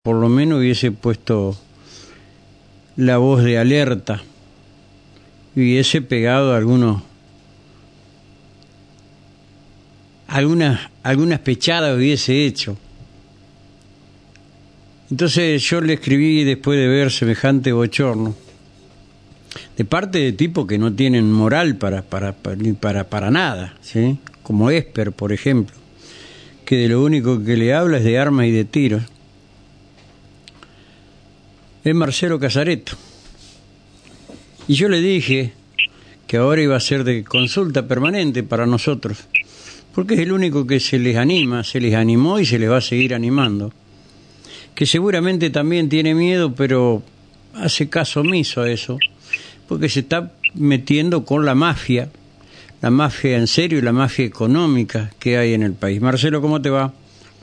Por lo menos hubiese puesto la voz de alerta, hubiese pegado algunas pechadas hubiese hecho. Entonces yo le escribí, después de ver semejante bochorno, de parte de tipos que no tienen moral para nada, ¿sí? Como Esper, por ejemplo, que de lo único que le habla es de armas y de tiros. Es Marcelo Casareto. Y yo le dije que ahora iba a ser de consulta permanente para nosotros, porque es el único que se les animó y se les va a seguir animando, que seguramente también tiene miedo, pero hace caso omiso a eso, porque se está metiendo con la mafia en serio y la mafia económica que hay en el país. Marcelo, ¿cómo te va?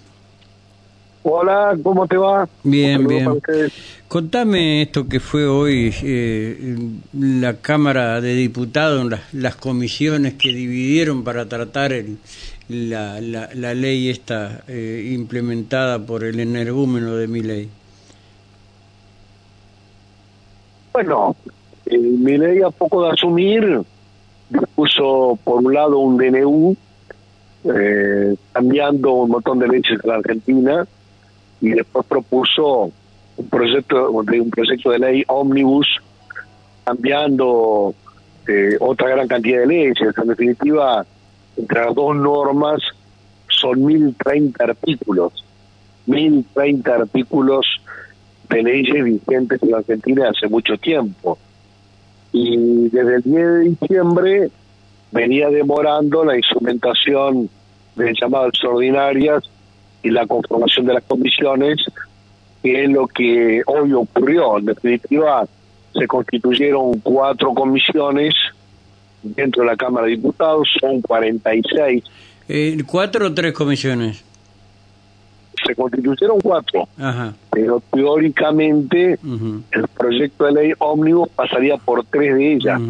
Hola, ¿cómo te va? Bien, bien. Contame esto que fue hoy la Cámara de Diputados, las comisiones que dividieron para tratar la ley esta implementada por el energúmeno de Milei. Bueno, Milei, a poco de asumir, puso por un lado un DNU, cambiando un montón de leyes en la Argentina, y después propuso un proyecto de ley ómnibus, cambiando otra gran cantidad de leyes. En definitiva, entre las dos normas son 1030 artículos de leyes vigentes en la Argentina hace mucho tiempo. Y desde el 10 de diciembre venía demorando la instrumentación de llamadas extraordinarias y la conformación de las comisiones, que es lo que hoy ocurrió. En definitiva, se constituyeron 4 comisiones dentro de la Cámara de Diputados, son 46. ¿4 o 3 comisiones? Se constituyeron 4. Ajá. Pero teóricamente el proyecto de ley ómnibus pasaría por 3 de ellas.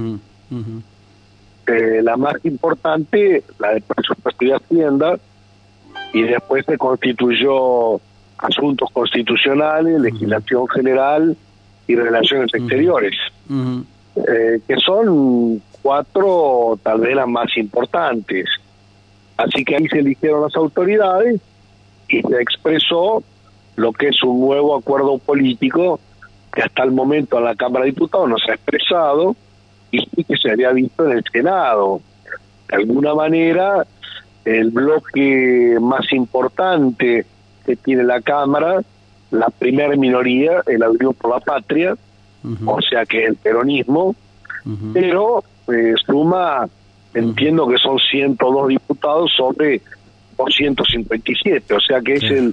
La más importante, la de presupuesto y Hacienda, y después se constituyó asuntos constitucionales, legislación general y relaciones exteriores, que son 4 tal vez las más importantes. Así que ahí se eligieron las autoridades y se expresó lo que es un nuevo acuerdo político que hasta el momento en la Cámara de Diputados no se ha expresado y que se había visto en el Senado. De alguna manera, el bloque más importante que tiene la Cámara, la primera minoría, el Unión por la Patria, o sea que el peronismo, pero suma, entiendo que son 102 diputados sobre 257, o sea que es el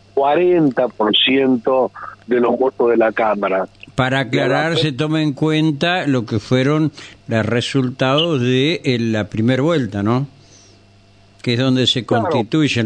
40% de los votos de la Cámara. Para aclarar, se toma en cuenta lo que fueron los resultados de la primera vuelta, ¿no? Que es donde se constituyen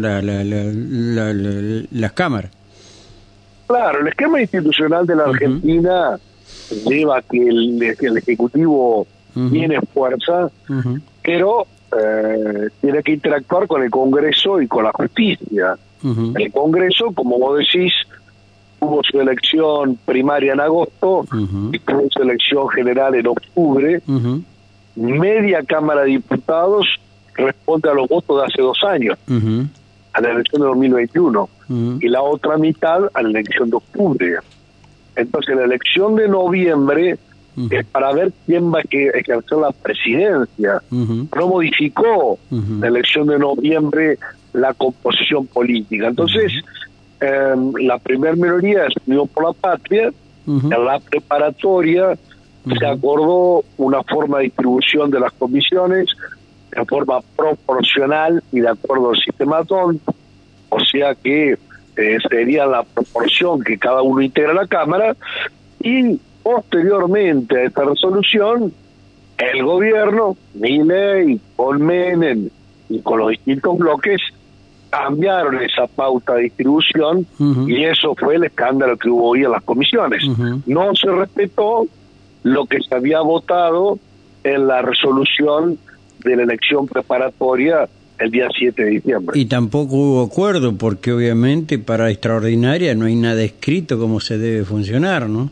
las cámaras. Claro, el esquema institucional de la Argentina lleva a que el Ejecutivo tiene fuerza, pero tiene que interactuar con el Congreso y con la justicia. El Congreso, como vos decís, tuvo su elección primaria en agosto y tuvo su elección general en octubre. Media Cámara de Diputados responde a los votos de hace 2 años, a la elección de 2021, y la otra mitad a la elección de octubre. Entonces la elección de noviembre es para ver quién va a ejercer la presidencia. No modificó la elección de noviembre la composición política. Entonces la primera minoría es Unión por la Patria. En la preparatoria se acordó una forma de distribución de las comisiones en forma proporcional y de acuerdo al sistema DONT, o sea que sería la proporción que cada uno integra la Cámara, y posteriormente a esta resolución, el gobierno, Milei, con Menem y con los distintos bloques, cambiaron esa pauta de distribución y eso fue el escándalo que hubo hoy en las comisiones. No se respetó lo que se había votado en la resolución de la elección preparatoria el día 7 de diciembre. Y tampoco hubo acuerdo, porque obviamente para extraordinaria no hay nada escrito cómo se debe funcionar, ¿no?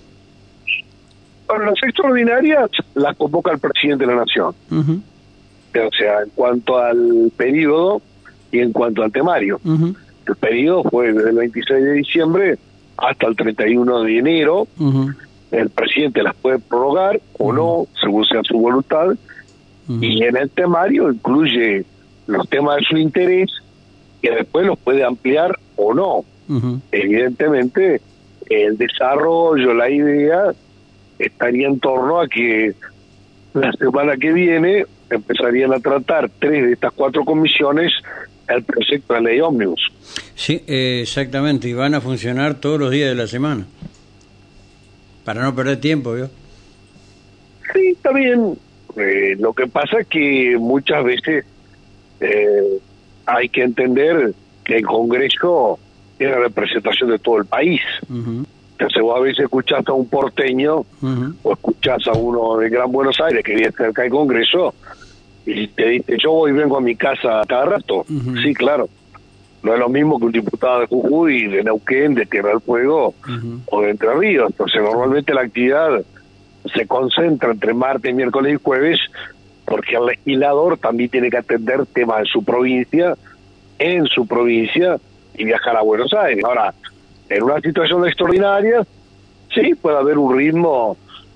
Bueno, las extraordinarias las convoca el presidente de la Nación. Uh-huh. O sea, en cuanto al periodo y en cuanto al temario. Uh-huh. El periodo fue desde el 26 de diciembre hasta el 31 de enero. Uh-huh. El presidente las puede prorrogar o no, según sea su voluntad. Uh-huh. Y en el temario incluye los temas de su interés, que después los puede ampliar o no. Uh-huh. Evidentemente, el desarrollo, la idea, estaría en torno a que la semana que viene empezarían a tratar 3 de estas 4 comisiones el proyecto de ley ómnibus. Sí, exactamente, y van a funcionar todos los días de la semana, para no perder tiempo, ¿vio? Sí, está bien. Lo que pasa es que muchas veces hay que entender que el Congreso tiene representación de todo el país. Uh-huh. Entonces vos a veces escuchás a un porteño uh-huh. o escuchás a uno de Gran Buenos Aires que viene cerca del Congreso y te dice, yo voy y vengo a mi casa cada rato. Uh-huh. Sí, claro. No es lo mismo que un diputado de Jujuy, de Neuquén, de Tierra del Fuego uh-huh. o de Entre Ríos. Entonces normalmente la actividad se concentra entre martes, miércoles y jueves, porque el legislador también tiene que atender temas de su provincia, en su provincia, y viajar a Buenos Aires. Ahora, en una situación extraordinaria, sí, puede haber un ritmo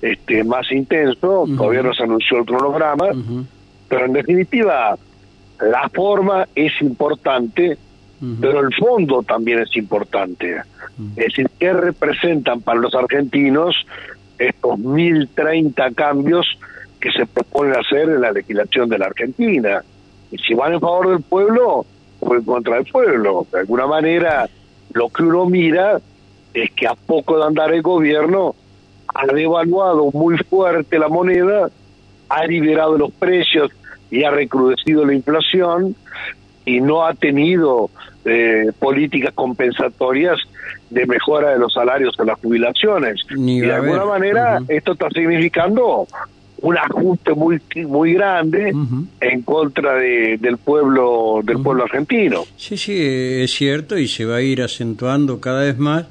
más intenso, uh-huh. todavía no se anunció el cronograma, uh-huh. pero en definitiva, la forma es importante, uh-huh. pero el fondo también es importante. Uh-huh. Es decir, ¿qué representan para los argentinos estos 1030 cambios que se proponen hacer en la legislación de la Argentina? Y si van en favor del pueblo o en contra del pueblo. De alguna manera, lo que uno mira es que a poco de andar el gobierno ha devaluado muy fuerte la moneda, ha liberado los precios y ha recrudecido la inflación, y no ha tenido políticas compensatorias de mejora de los salarios en las jubilaciones. Y de alguna manera uh-huh. esto está significando un ajuste muy grande uh-huh. en contra del pueblo uh-huh. pueblo argentino. Sí, es cierto, y se va a ir acentuando cada vez más,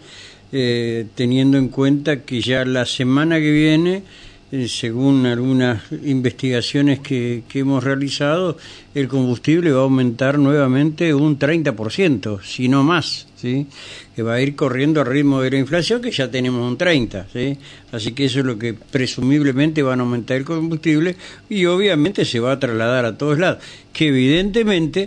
teniendo en cuenta que ya la semana que viene, según algunas investigaciones que hemos realizado, el combustible va a aumentar nuevamente un 30%, si no más, ¿sí? Que va a ir corriendo al ritmo de la inflación, que ya tenemos un 30%, ¿sí? Así que eso es lo que presumiblemente van a aumentar el combustible, y obviamente se va a trasladar a todos lados, que evidentemente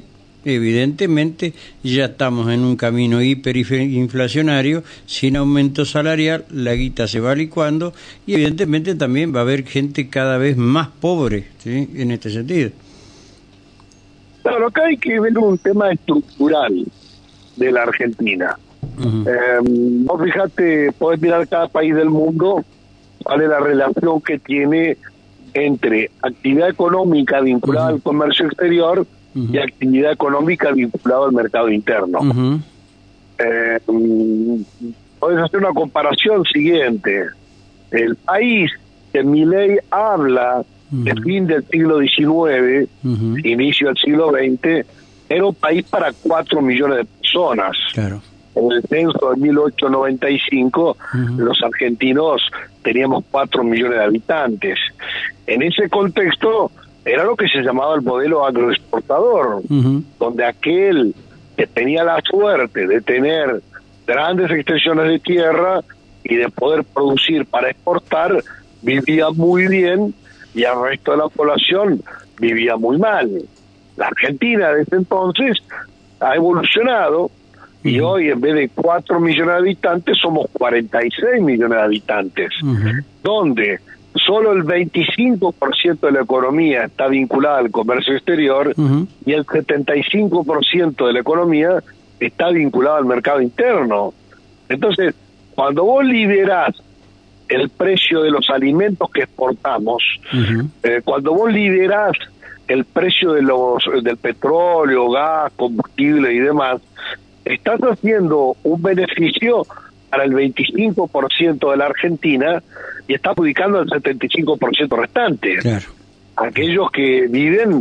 ya estamos en un camino hiperinflacionario, sin aumento salarial, la guita se va licuando, y evidentemente también va a haber gente cada vez más pobre, ¿sí? En este sentido. Claro, acá hay que ver un tema estructural de la Argentina. Uh-huh. Vos fíjate, podés mirar cada país del mundo, cuál es la relación que tiene entre actividad económica vinculada uh-huh. al comercio exterior uh-huh. y actividad económica vinculada al mercado interno. Uh-huh. Podés hacer una comparación siguiente. El país que Milei habla uh-huh. de fin del siglo XIX, uh-huh. inicio del siglo XX, era un país para 4 millones de personas. Claro. En el censo de 1895, uh-huh. los argentinos teníamos 4 millones de habitantes. En ese contexto, era lo que se llamaba el modelo agroexportador, uh-huh. donde aquel que tenía la suerte de tener grandes extensiones de tierra y de poder producir para exportar, vivía muy bien, y el resto de la población vivía muy mal. La Argentina desde entonces ha evolucionado, y uh-huh. hoy en vez de 4 millones de habitantes somos 46 millones de habitantes, uh-huh. donde solo el 25% de la economía está vinculada al comercio exterior uh-huh. y el 75% de la economía está vinculada al mercado interno. Entonces, cuando vos liberás el precio de los alimentos que exportamos, uh-huh. Cuando vos liberás el precio del petróleo, gas, combustible y demás, estás haciendo un beneficio para el 25% de la Argentina y estás ubicando el 75% restante. Claro. Aquellos que viven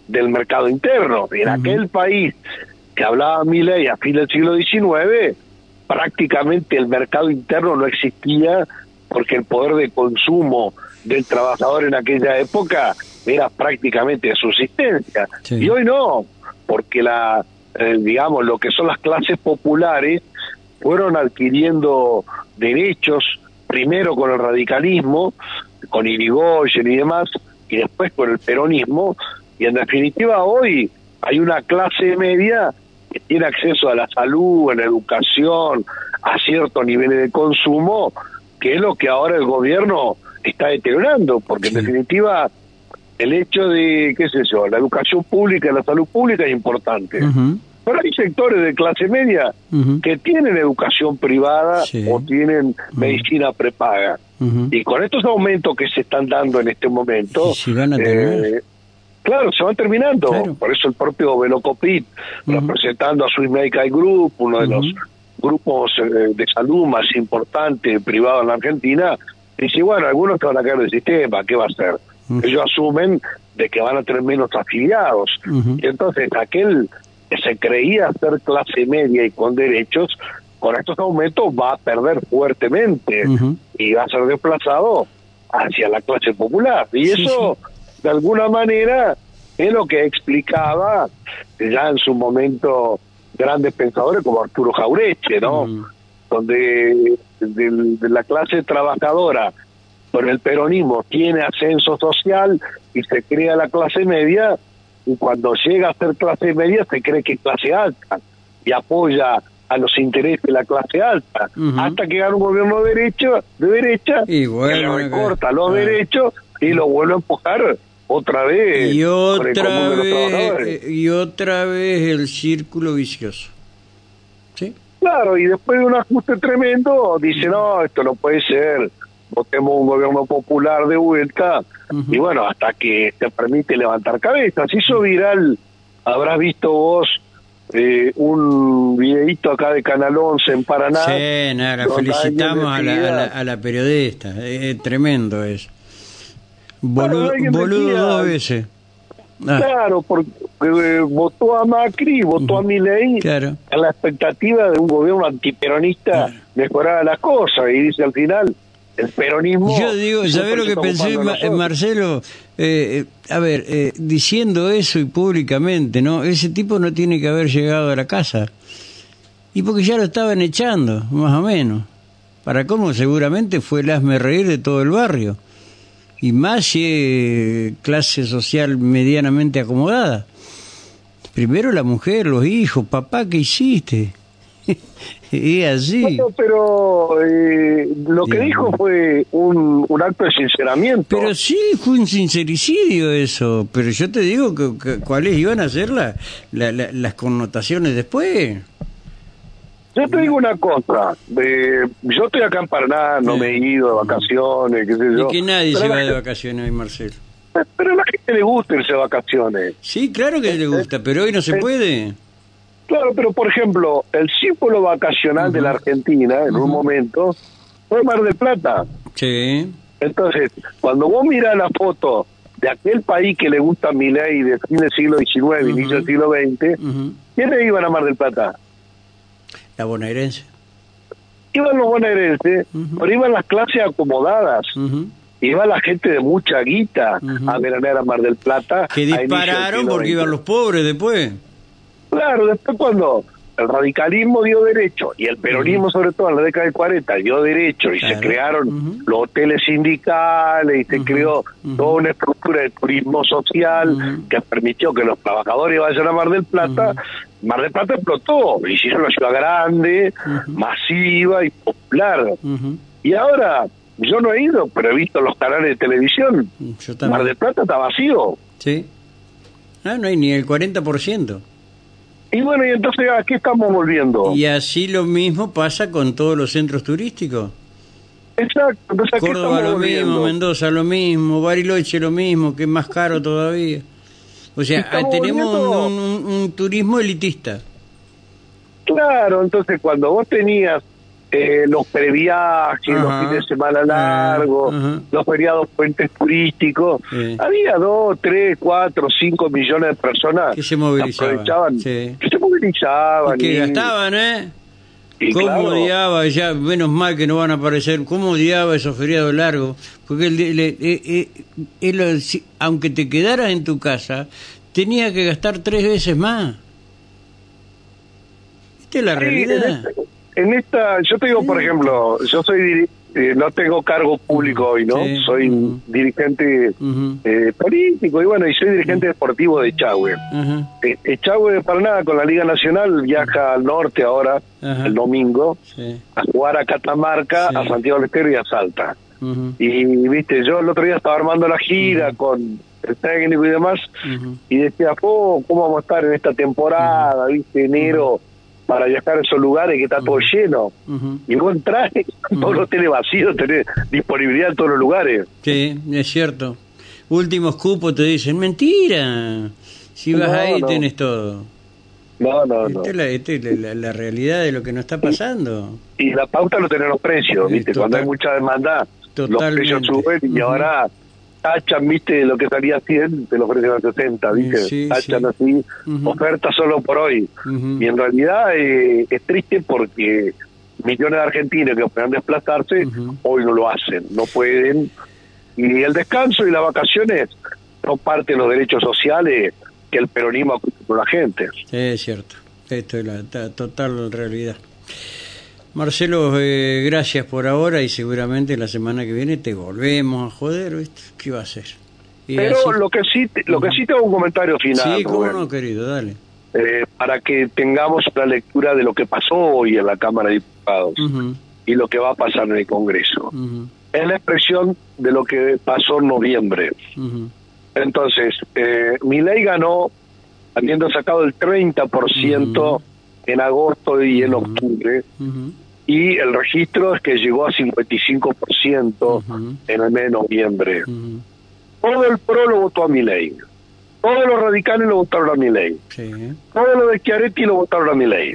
del mercado interno. En aquel país que hablaba Milei a fin del siglo XIX, prácticamente el mercado interno no existía, porque el poder de consumo del trabajador en aquella época era prácticamente de subsistencia. Sí. Y hoy no, porque digamos, lo que son las clases populares fueron adquiriendo derechos, primero con el radicalismo, con Irigoyen y demás, y después con el peronismo, y en definitiva hoy hay una clase media que tiene acceso a la salud, a la educación, a ciertos niveles de consumo, que es lo que ahora el gobierno está deteriorando, porque en definitiva el hecho de, qué sé yo, la educación pública y la salud pública es importante. Pero hay sectores de clase media que tienen educación privada o tienen medicina prepaga. Y con estos aumentos que se están dando en este momento, claro, se van terminando. Claro. Por eso el propio Velocopit, representando a Swiss Medical Group, uno de los grupos de salud más importantes privados en la Argentina, dice, bueno, algunos te van a caer del sistema, ¿qué va a hacer? Ellos asumen de que van a tener menos afiliados. Y entonces aquel que se creía ser clase media y con derechos, con estos aumentos va a perder fuertemente y va a ser desplazado hacia la clase popular. Y eso, de alguna manera, es lo que explicaba ya en su momento grandes pensadores como Arturo Jauretche, ¿no? Donde de la clase trabajadora con el peronismo tiene ascenso social y se crea la clase media, y cuando llega a ser clase media se cree que es clase alta y apoya a los intereses de la clase alta, hasta que gana un gobierno de derecha y bueno, que le recorta los derechos y lo vuelve a empujar otra vez y otra vez el círculo vicioso. ¿Sí? Claro, y después de un ajuste tremendo dice, no, esto no puede ser, votemos un gobierno popular de vuelta, y bueno, hasta que te permite levantar cabezas. Se hizo viral, habrás visto vos un videíto acá de Canal 11 en Paraná. Sí, nada, felicitamos a la periodista, tremendo eso. Boludo dos veces. Claro, porque votó a Macri, votó a Milei, en la expectativa de un gobierno antiperonista mejorar las cosas, y dice al final, el peronismo... Yo digo, ¿sabés lo que pensé, Marcelo? A ver, diciendo eso y públicamente, ¿no? Ese tipo no tiene que haber llegado a la casa. Y porque ya lo estaban echando, más o menos. Para cómo seguramente fue el hazmerreír de todo el barrio. Y más si clase social medianamente acomodada. Primero la mujer, los hijos, papá, ¿qué hiciste? Y así. Bueno, pero lo que dijo fue un acto de sinceramiento. Pero sí, fue un sincericidio eso. Pero yo te digo que cuáles iban a ser las connotaciones después. Yo te digo una cosa, yo estoy acá en Paraná, no me he ido de vacaciones, qué sé yo. Y que nadie se va de vacaciones hoy, Marcelo. Pero a la gente le gusta irse de vacaciones. Sí, claro que le gusta, pero hoy no se puede. Claro, pero por ejemplo, el símbolo vacacional de la Argentina, en un momento, fue Mar del Plata. Sí. Entonces, cuando vos mirás la foto de aquel país que le gusta a Milei de fin del siglo XIX, inicio del siglo XX, ¿quiénes iban a Mar del Plata? La bonaerense. Iban los bonaerenses, pero iban las clases acomodadas. Iba la gente de mucha guita a veranear a Mar del Plata. Que dispararon porque iban los pobres después. Claro, después cuando el radicalismo dio derecho, y el peronismo sobre todo en la década del 40 dio derecho, y se crearon los hoteles sindicales, y se creó toda una estructura de turismo social que permitió que los trabajadores vayan a Mar del Plata. Mar del Plata explotó, hicieron una ciudad grande, masiva y popular. Y ahora, yo no he ido, pero he visto los canales de televisión. Mar del Plata está vacío. Sí. No hay ni el 40%. Y bueno, y entonces, ¿a qué estamos volviendo? Y así lo mismo pasa con todos los centros turísticos. Exacto. Entonces, Córdoba lo mismo, Mendoza lo mismo, Bariloche lo mismo, que es más caro todavía. O sea, tenemos un turismo elitista. Claro, entonces cuando vos tenías los previajes, los fines de semana largos, los feriados puentes turísticos. Había 2, 3, 4, 5 millones de personas que se movilizaban. Que se movilizaban. Y que gastaban, ¿eh? Y ¿Cómo claro, odiaba? Ya, menos mal que no van a aparecer. ¿Cómo odiaba esos feriados largos? Porque aunque te quedaras en tu casa, tenía que gastar 3 veces más. Esta es la realidad. En esta, yo te digo, por ejemplo, yo soy no tengo cargo público hoy, ¿no? Soy dirigente político y bueno, y soy dirigente deportivo de Echagüe. Echagüe de Paraná con la Liga Nacional viaja al norte ahora, el domingo, a jugar a Catamarca, a Santiago del Estero y a Salta. Y viste, yo el otro día estaba armando la gira con el técnico y demás, y decía, ¿cómo vamos a estar en esta temporada, viste, enero? Para viajar a esos lugares que está todo lleno. Y vos entrás, todos los hoteles vacíos, tenés disponibilidad en todos los lugares. Sí, es cierto. Últimos cupos te dicen, mentira. Si vas ahí tenés todo. No. Esta es la realidad de lo que nos está pasando. Y la pauta lo tienen los precios, ¿viste? Cuando hay mucha demanda, los precios suben y ahora tachan, ¿viste? Lo que salía a 100, te lo ofrecen a 60, ¿viste? Tachan así, oferta solo por hoy. Y en realidad es triste porque millones de argentinos que puedan desplazarse, hoy no lo hacen, no pueden. Y el descanso y las vacaciones son parte de los derechos sociales que el peronismo acusa por la gente. Es cierto, esto es la total realidad. Marcelo, gracias por ahora y seguramente la semana que viene te volvemos a joder, ¿viste? ¿Qué va a hacer? Pero así... lo que sí tengo un comentario final. Sí, cómo no, querido, dale. Para que tengamos la lectura de lo que pasó hoy en la Cámara de Diputados y lo que va a pasar en el Congreso. Es la expresión de lo que pasó en noviembre. Entonces, Milei ganó habiendo sacado el 30% en agosto y en octubre. Y el registro es que llegó a 55% en el mes de noviembre. Todo el PRO lo votó a Milei. Todos los radicales lo votaron a Milei. Todos los de Schiaretti lo votaron a Milei.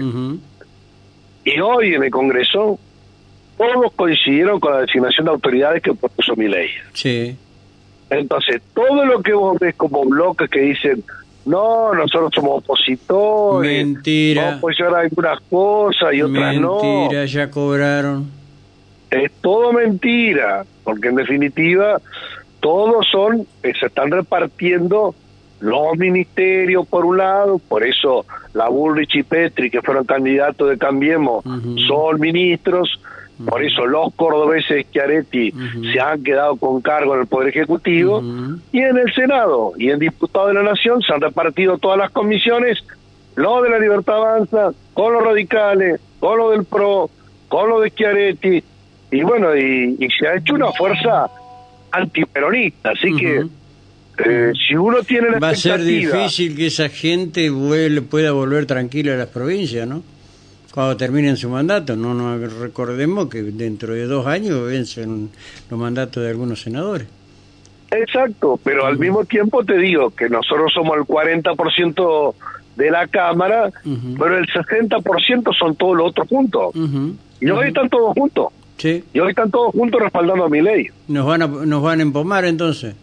Y hoy en el Congreso, todos coincidieron con la designación de autoridades que propuso Milei. Entonces, todo lo que vos ves como bloques que dicen, no, nosotros somos opositores, mentira, vamos a apoyar algunas cosas y otras no. Mentira, ya cobraron. Es todo mentira, porque en definitiva todos se están repartiendo los ministerios por un lado, por eso la Bullrich y Petri, que fueron candidatos de Cambiemos, son ministros. Por eso los cordobeses de Schiaretti se han quedado con cargo en el Poder Ejecutivo y en el Senado y en Diputados de la Nación se han repartido todas las comisiones, lo de la Libertad Avanza, con los radicales, con lo del PRO, con lo de Schiaretti, y bueno, y se ha hecho una fuerza antiperonista, así que si uno tiene la va expectativa... a ser difícil que esa gente pueda volver tranquila a las provincias, ¿no? Cuando terminen su mandato, no recordemos que dentro de 2 años vencen los mandatos de algunos senadores. Exacto, pero al mismo tiempo te digo que nosotros somos el 40% de la Cámara, pero el 60% son todos los otros juntos. Y hoy están todos juntos. Y hoy están todos juntos respaldando a Milei. ¿Nos van a empomar entonces?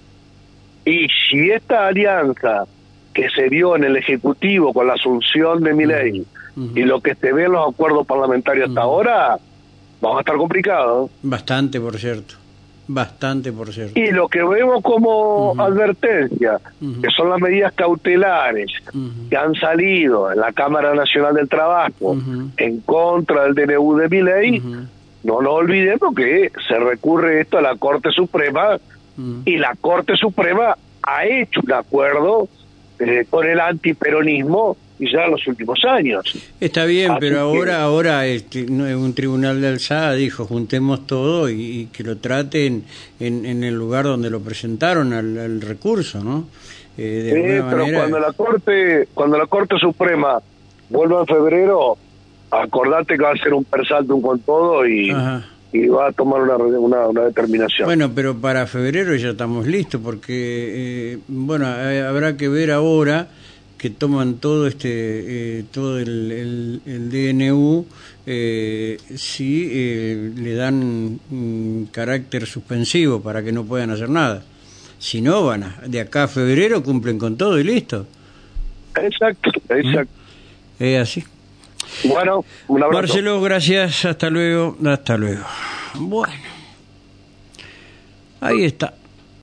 Y si esta alianza que se dio en el Ejecutivo con la asunción de Milei y lo que se ve en los acuerdos parlamentarios hasta ahora, vamos a estar complicados. Bastante, por cierto. Y lo que vemos como advertencia, que son las medidas cautelares que han salido en la Cámara Nacional del Trabajo en contra del DNU de Milei, no nos olvidemos que se recurre esto a la Corte Suprema y la Corte Suprema ha hecho un acuerdo con el antiperonismo y ya en los últimos años. Está bien, pero ahora un tribunal de alzada dijo juntemos todo y que lo traten en el lugar donde lo presentaron al recurso, ¿no? Pero manera... cuando la Corte Suprema vuelva en febrero, acordate que va a ser un persaltum con todo y va a tomar una determinación. Bueno, pero para febrero ya estamos listos porque habrá que ver ahora que toman todo todo el DNU, si le dan carácter suspensivo para que no puedan hacer nada. Si no, de acá a febrero cumplen con todo y listo. Exacto. Es así. Bueno, un abrazo. Marcelo, gracias. Hasta luego. Bueno, ahí está.